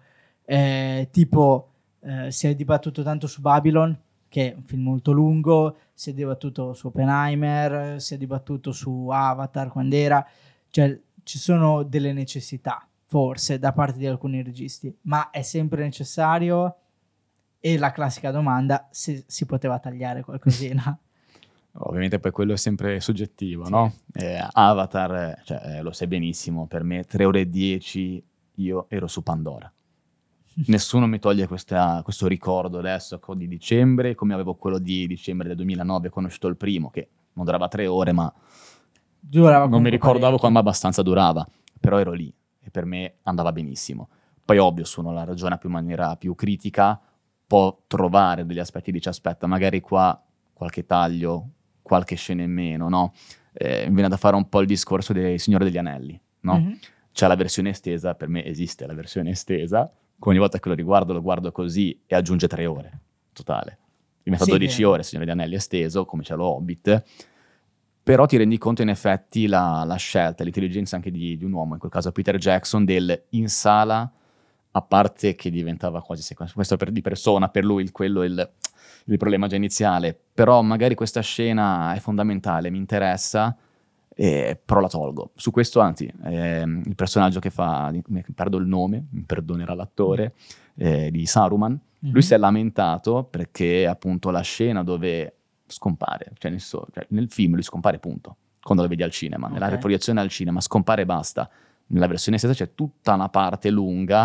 [SPEAKER 1] tipo si è dibattuto tanto su Babylon, che è un film molto lungo, si è dibattuto su Oppenheimer, si è dibattuto su Avatar quando era, cioè ci sono delle necessità forse da parte di alcuni registi, ma è sempre necessario? E la classica domanda, se si poteva tagliare qualcosina.
[SPEAKER 2] Ovviamente poi quello è sempre soggettivo, no? Avatar, lo sai benissimo, per me 3 ore e 10 io ero su Pandora. Nessuno mi toglie questo ricordo adesso di dicembre, come avevo quello di dicembre del 2009 quando è uscito il primo, che non durava 3 ore, ma
[SPEAKER 1] durava
[SPEAKER 2] non mi ricordavo quando abbastanza durava, però ero lì e per me andava benissimo. Poi ovvio, se uno la ragiona in maniera più critica, può trovare degli aspetti di aspetta, magari qua qualche taglio, qualche scena in meno, no? Mi viene da fare un po' il discorso dei Signore degli Anelli, no? Mm-hmm. C'è la versione estesa, per me esiste la versione estesa, ogni volta che lo guardo così e aggiunge 3 ore, totale. Diventa 12 ore, Signore degli Anelli esteso, come c'è lo Hobbit, però ti rendi conto in effetti la scelta, l'intelligenza anche di un uomo, in quel caso Peter Jackson, del in sala, a parte che diventava quasi questo di persona, per lui quello il problema già iniziale, però magari questa scena è fondamentale, mi interessa, però la tolgo. Su questo, anzi, il personaggio che fa, perdo il nome, mi perdonerà l'attore, di Saruman, lui si è lamentato perché appunto la scena dove scompare, cioè nel film lui scompare punto, quando lo vedi al cinema, nella riproiezione al cinema scompare e basta. Nella versione stessa c'è tutta una parte lunga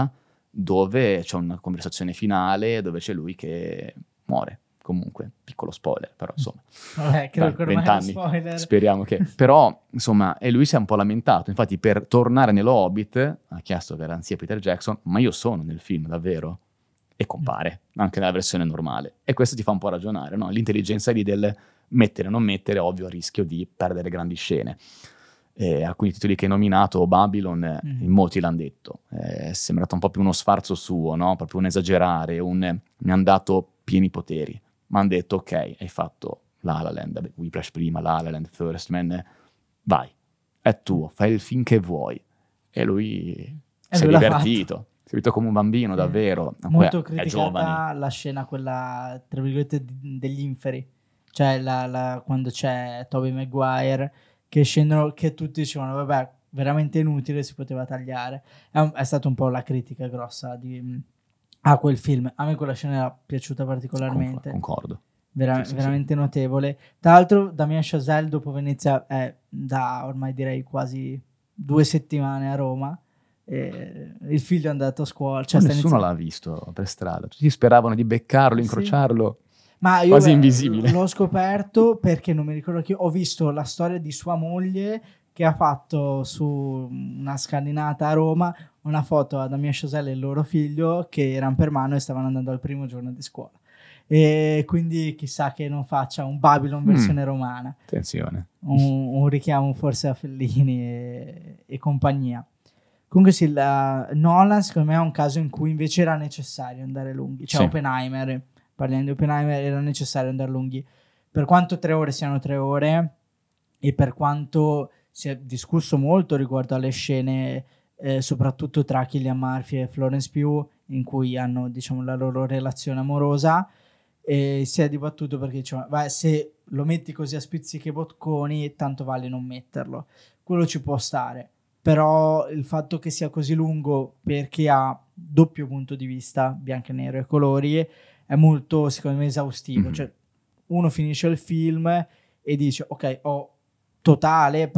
[SPEAKER 2] dove c'è una conversazione finale dove c'è lui che muore. Comunque, piccolo spoiler, però insomma,
[SPEAKER 1] Vabbè, credo che ormai
[SPEAKER 2] 20
[SPEAKER 1] è uno
[SPEAKER 2] anni,
[SPEAKER 1] spoiler.
[SPEAKER 2] speriamo che... Però, insomma, e lui si è un po' lamentato. Infatti, per tornare nello Hobbit, ha chiesto garanzia a Peter Jackson, ma io sono nel film, davvero? E compare, anche nella versione normale. E questo ti fa un po' ragionare, no? L'intelligenza lì del mettere o non mettere, ovvio, a rischio di perdere grandi scene. Alcuni titoli che hai nominato, Babylon, in molti l'hanno detto, è sembrato un po' più uno sfarzo suo, no? Proprio un esagerare, mi hanno dato pieni poteri. Mi hanno detto, ok, hai fatto La La Land, vabbè, Whiplash prima, La La Land, First Man, vai, è tuo, fai il film che vuoi. E lui si è
[SPEAKER 1] lui l'ha
[SPEAKER 2] divertito,
[SPEAKER 1] fatto.
[SPEAKER 2] si è visto come un bambino, davvero.
[SPEAKER 1] Molto
[SPEAKER 2] Poi è giovane.
[SPEAKER 1] criticata la scena, quella, tra virgolette, degli inferi. Cioè, quando c'è Tobey Maguire, che scendono, che tutti dicevano, vabbè, veramente inutile, si poteva tagliare. È stata un po' la critica grossa a quel film. A me quella scena era piaciuta particolarmente.
[SPEAKER 2] Concordo. Sì.
[SPEAKER 1] Veramente notevole. Tra l'altro Damien Chazelle dopo Venezia è da ormai direi quasi 2 settimane a Roma. Il figlio è andato a scuola. Cioè
[SPEAKER 2] Nessuno l'ha visto per strada. Tutti speravano di beccarlo, incrociarlo.
[SPEAKER 1] Ma io
[SPEAKER 2] quasi invisibile.
[SPEAKER 1] L'ho scoperto perché non mi ricordo che ho visto la storia di sua moglie che ha fatto su una scalinata a Roma una foto a Damien Chazelle e il loro figlio che erano per mano e stavano andando al primo giorno di scuola. E quindi chissà che non faccia un Babylon versione romana.
[SPEAKER 2] Attenzione.
[SPEAKER 1] Un richiamo forse a Fellini e compagnia. Comunque sì, Nolan secondo me è un caso in cui invece era necessario andare lunghi. Cioè Oppenheimer, parliamo di Oppenheimer, era necessario andare lunghi. Per quanto 3 ore siano 3 ore e per quanto si è discusso molto riguardo alle scene soprattutto tra Cillian Murphy e Florence Pugh in cui hanno diciamo la loro relazione amorosa, e si è dibattuto perché diceva, se lo metti così a spizzichi e bocconi tanto vale non metterlo. Quello ci può stare, però il fatto che sia così lungo perché ha doppio punto di vista, bianco e nero e colori, è molto secondo me esaustivo. Cioè uno finisce il film e dice ok, ho totale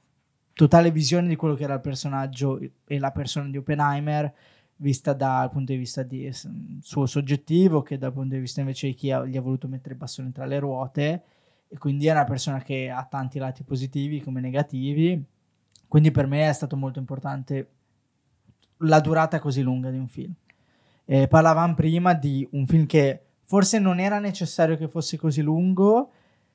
[SPEAKER 1] visione di quello che era il personaggio e la persona di Oppenheimer vista dal punto di vista suo soggettivo, che dal punto di vista invece di chi gli ha voluto mettere il bastone tra le ruote, e quindi è una persona che ha tanti lati positivi come negativi. Quindi per me è stato molto importante la durata così lunga di un film. Parlavamo prima di un film che forse non era necessario che fosse così lungo,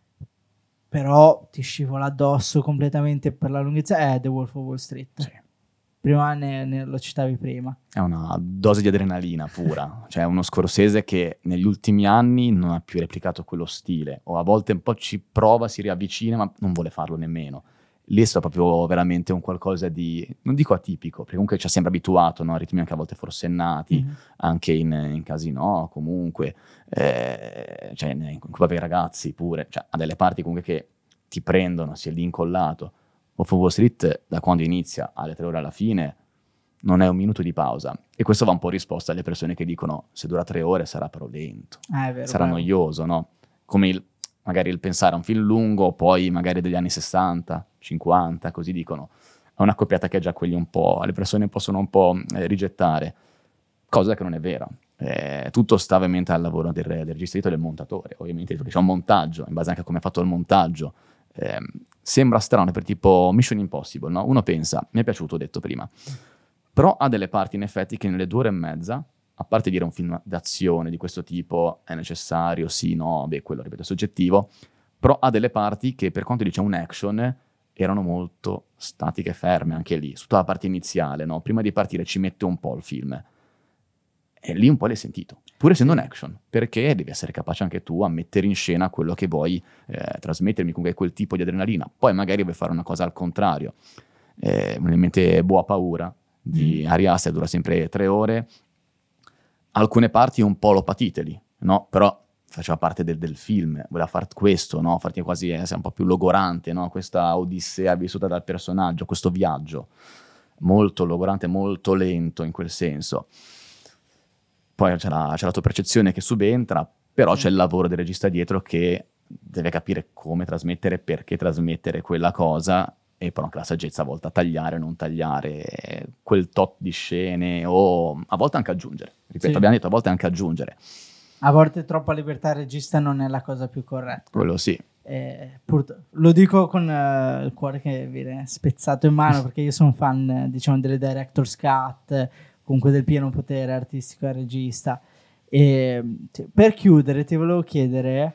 [SPEAKER 1] però ti scivola addosso completamente per la lunghezza, è The Wolf of Wall Street.
[SPEAKER 2] Sì.
[SPEAKER 1] Prima lo citavi prima.
[SPEAKER 2] È una dose di adrenalina pura, cioè uno Scorsese che negli ultimi anni non ha più replicato quello stile, o a volte un po' ci prova, si riavvicina, ma non vuole farlo nemmeno. Lì è stato proprio veramente un qualcosa di, non dico atipico, perché comunque ci ha sempre abituato, no? A ritmi anche a volte forsennati, anche in casino, comunque, cioè in Club i ragazzi pure, cioè ha delle parti comunque che ti prendono, si è lì incollato. Wolf of Wall Street, da quando inizia alle 3 ore alla fine, non è un minuto di pausa. E questo va un po' in risposta alle persone che dicono se dura 3 ore sarà però lento,
[SPEAKER 1] è vero,
[SPEAKER 2] sarà noioso, no? Come magari il pensare a un film lungo, poi magari degli anni 60, 50, così dicono. È una coppiata che già quelli un po', le persone possono un po' rigettare, cosa che non è vera. Tutto sta ovviamente al lavoro del regista e del montatore, ovviamente, perché c'è un montaggio, in base anche a come è fatto il montaggio. Sembra strano per tipo Mission Impossible, no? Uno pensa, mi è piaciuto, ho detto prima, però ha delle parti in effetti che nelle 2 ore e mezza, a parte dire un film d'azione di questo tipo è necessario, sì, no, beh, quello ripeto è soggettivo, però ha delle parti che per quanto dice un action erano molto statiche e ferme anche lì, su tutta la parte iniziale, no? Prima di partire ci mette un po' il film e lì un po' l'hai sentito, pur essendo un action, perché devi essere capace anche tu a mettere in scena quello che vuoi trasmettermi, comunque quel tipo di adrenalina. Poi magari vuoi fare una cosa al contrario. Ovviamente Boa Paura di Ari Aster dura sempre 3 ore, alcune parti un po' lo patite lì, no? Però faceva parte del film, voleva fare questo, no? Farti quasi essere un po' più logorante, no? Questa odissea vissuta dal personaggio, questo viaggio molto logorante, molto lento in quel senso. Poi c'è la tua percezione che subentra, però c'è il lavoro del regista dietro che deve capire come trasmettere, perché trasmettere quella cosa, e però anche la saggezza volta a tagliare, non tagliare quel tot di scene, o a volte anche aggiungere. Ripeto,
[SPEAKER 1] Sì.
[SPEAKER 2] abbiamo detto a volte anche aggiungere.
[SPEAKER 1] A volte troppa libertà al regista non è la cosa più corretta.
[SPEAKER 2] Quello sì.
[SPEAKER 1] Lo dico con il cuore che viene spezzato in mano, perché io sono fan, diciamo, delle director's cut, comunque del pieno potere artistico al regista. Per chiudere ti volevo chiedere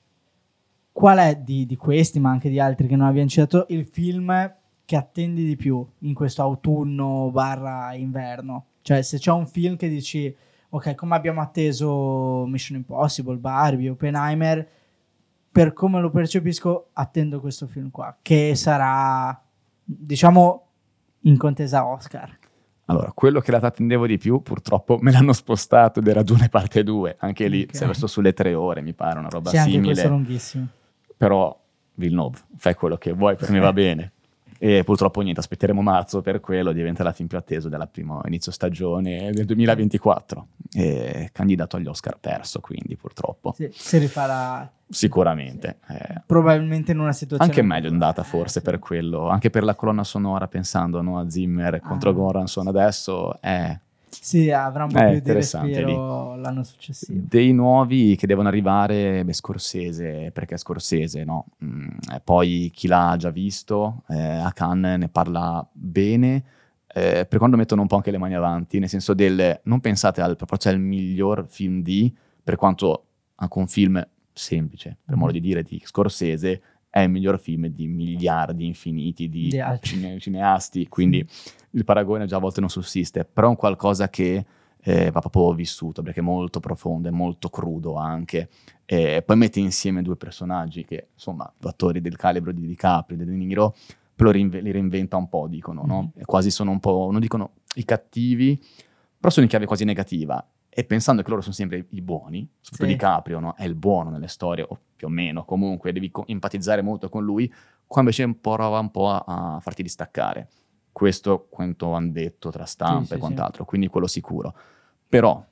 [SPEAKER 1] qual è di questi, ma anche di altri che non abbiamo citato, il film che attendi di più in questo autunno / inverno. Cioè, se c'è un film che dici, ok, come abbiamo atteso Mission Impossible, Barbie, Oppenheimer, per come lo percepisco attendo questo film qua, che sarà, diciamo, in contesa Oscar.
[SPEAKER 2] Allora, quello che attendevo di più, purtroppo me l'hanno spostato ed era Dune parte 2, anche lì si è messo sulle 3 ore, mi pare, una roba
[SPEAKER 1] Sì, anche
[SPEAKER 2] simile.
[SPEAKER 1] questo è lunghissimo.
[SPEAKER 2] Però Villeneuve, fai quello che vuoi, per me va bene. E purtroppo niente, aspetteremo marzo per quello, diventerà il film più atteso della prima inizio stagione del 2024. E candidato agli Oscar perso, quindi purtroppo.
[SPEAKER 1] Sì, si rifarà
[SPEAKER 2] Sicuramente.
[SPEAKER 1] probabilmente in una situazione
[SPEAKER 2] Anche meglio è andata forse per quello, anche per la colonna sonora, pensando, no, a Zimmer contro Goranson adesso
[SPEAKER 1] sì, avrà un po' più di
[SPEAKER 2] interessante
[SPEAKER 1] respiro l'anno successivo.
[SPEAKER 2] Dei nuovi che devono arrivare, Scorsese, perché Scorsese, no? Poi chi l'ha già visto, a Cannes ne parla bene, per quando mettono un po' anche le mani avanti, nel senso non pensate al miglior film per quanto anche un film semplice, per modo di dire, di Scorsese, è il miglior film di miliardi infiniti di cineasti, quindi il paragone già a volte non sussiste, però è un qualcosa che va proprio vissuto, perché è molto profondo, è molto crudo anche, poi mette insieme due personaggi che, insomma, attori del calibro di DiCaprio e di De Niro, però li reinventa un po', dicono, no? E quasi sono un po', non dicono i cattivi, però sono in chiave quasi negativa, e pensando che loro sono sempre i buoni, soprattutto DiCaprio, no? È il buono nelle storie, o più o meno, comunque devi empatizzare molto con lui, qua invece prova un po' a farti distaccare. Questo quanto hanno detto tra stampa e quant'altro, quindi quello sicuro. Però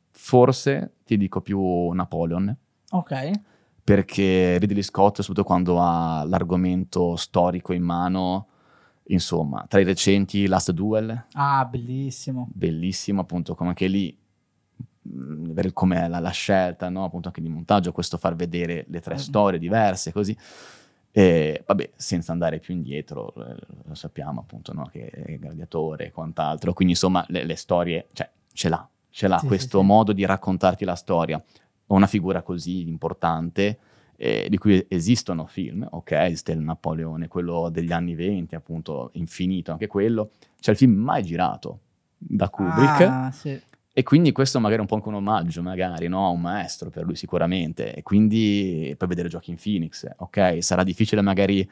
[SPEAKER 2] forse ti dico più Napoleon.
[SPEAKER 1] Ok.
[SPEAKER 2] Perché Ridley Scott, soprattutto quando ha l'argomento storico in mano, insomma, tra i recenti Last Duel.
[SPEAKER 1] Bellissimo.
[SPEAKER 2] Bellissimo, appunto, come anche lì, come la scelta, no? Appunto anche di montaggio, questo far vedere le 3 storie diverse, così. E vabbè, senza andare più indietro, lo sappiamo appunto, no? Che è Gladiatore e quant'altro, quindi insomma le storie, cioè ce l'ha questo modo di raccontarti la storia. Una figura così importante, di cui esistono film, ok, esiste il Napoleone, quello degli anni 20, appunto, infinito anche quello, c'è il film mai girato da Kubrick, e quindi questo magari è un po' anche un omaggio, magari, no? A un maestro per lui sicuramente, e quindi poi vedere Joaquin Phoenix, ok, sarà difficile magari,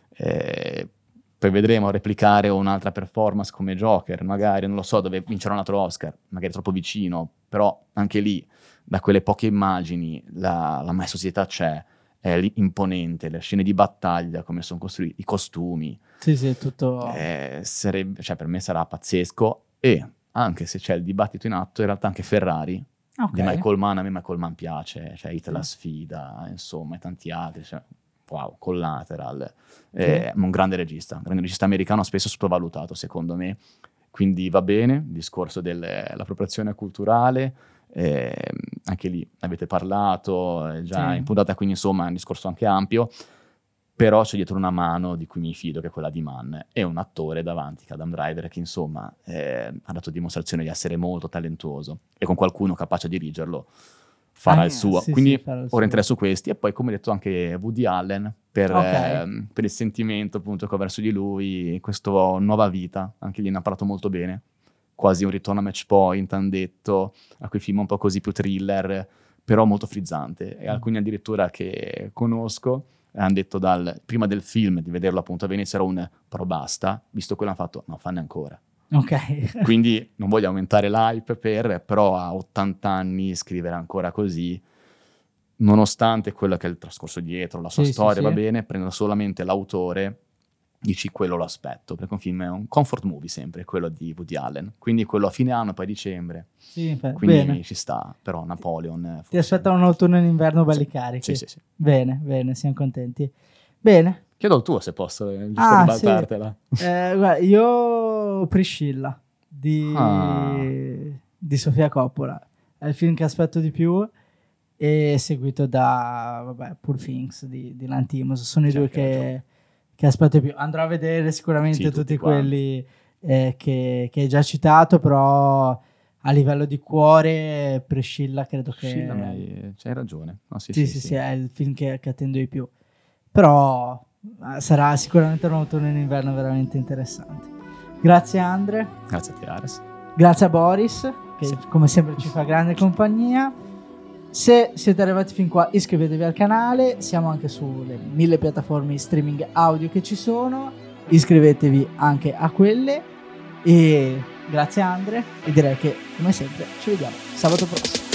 [SPEAKER 2] poi vedremo replicare un'altra performance come Joker, magari, non lo so, dove vincerà un altro Oscar, magari troppo vicino, però anche lì, da quelle poche immagini, la maestosità c'è, è imponente, le scene di battaglia, come sono costruiti, i costumi.
[SPEAKER 1] Sì, tutto.
[SPEAKER 2] Cioè, per me sarà pazzesco, e anche se c'è il dibattito in atto, in realtà anche Ferrari, di Michael Mann, a me Michael Mann piace, cioè Hit la sfida, insomma, e tanti altri, cioè, wow, Collateral, un grande regista americano, spesso sottovalutato secondo me, quindi va bene il discorso dell'appropriazione culturale, anche lì avete parlato, già in puntata, quindi insomma è un discorso anche ampio, però c'è dietro una mano di cui mi fido, che è quella di Mann, e un attore davanti, Adam Driver, che insomma ha dato dimostrazione di essere molto talentuoso, e con qualcuno capace di dirigerlo farà il suo. Quindi ora entrerei su questi, e poi come detto anche Woody Allen, per il sentimento appunto che ho verso di lui, questa nuova vita, anche lì ne ha parlato molto bene, quasi un ritorno a Match Point, hanno detto, a quei film un po' così più thriller, però molto frizzante, e alcuni addirittura che conosco hanno detto prima del film, di vederlo appunto a Venezia, era però basta, visto quello hanno fatto, no, fanne ancora.
[SPEAKER 1] Ok.
[SPEAKER 2] Quindi non voglio aumentare l'hype, però a 80 anni scrivere ancora così, nonostante quello che è il trascorso dietro, la sua storia, va bene, prendo solamente l'autore, dici quello lo aspetto, perché un film è un comfort movie sempre, quello di Woody Allen, quindi quello a fine anno, poi dicembre, quindi ci sta, però Napoleon
[SPEAKER 1] ti aspetta un autunno e un inverno belli carichi.
[SPEAKER 2] Sì.
[SPEAKER 1] Bene, siamo contenti. Bene,
[SPEAKER 2] Chiedo il tuo se posso, giusto
[SPEAKER 1] Ah,
[SPEAKER 2] ribaltartela.
[SPEAKER 1] Guarda, io Priscilla di Sofia Coppola. È il film che aspetto di più, e seguito da Poor Things di Lanthimos. Sono i due che aspetto di più. Andrò a vedere sicuramente tutti quelli che hai già citato, però a livello di cuore Priscilla credo
[SPEAKER 2] Priscilla,
[SPEAKER 1] che...
[SPEAKER 2] c'hai ragione. No, sì,
[SPEAKER 1] è il film che attendo di più. Però sarà sicuramente un autunno e un inverno veramente interessante. Grazie Andre.
[SPEAKER 2] Grazie a te, Ares.
[SPEAKER 1] Grazie a Boris, che come sempre ci fa grande compagnia. Se siete arrivati fin qua, iscrivetevi al canale. Siamo anche sulle 1000 piattaforme streaming audio che ci sono. Iscrivetevi anche a quelle. E grazie Andre. E direi che come sempre ci vediamo sabato prossimo.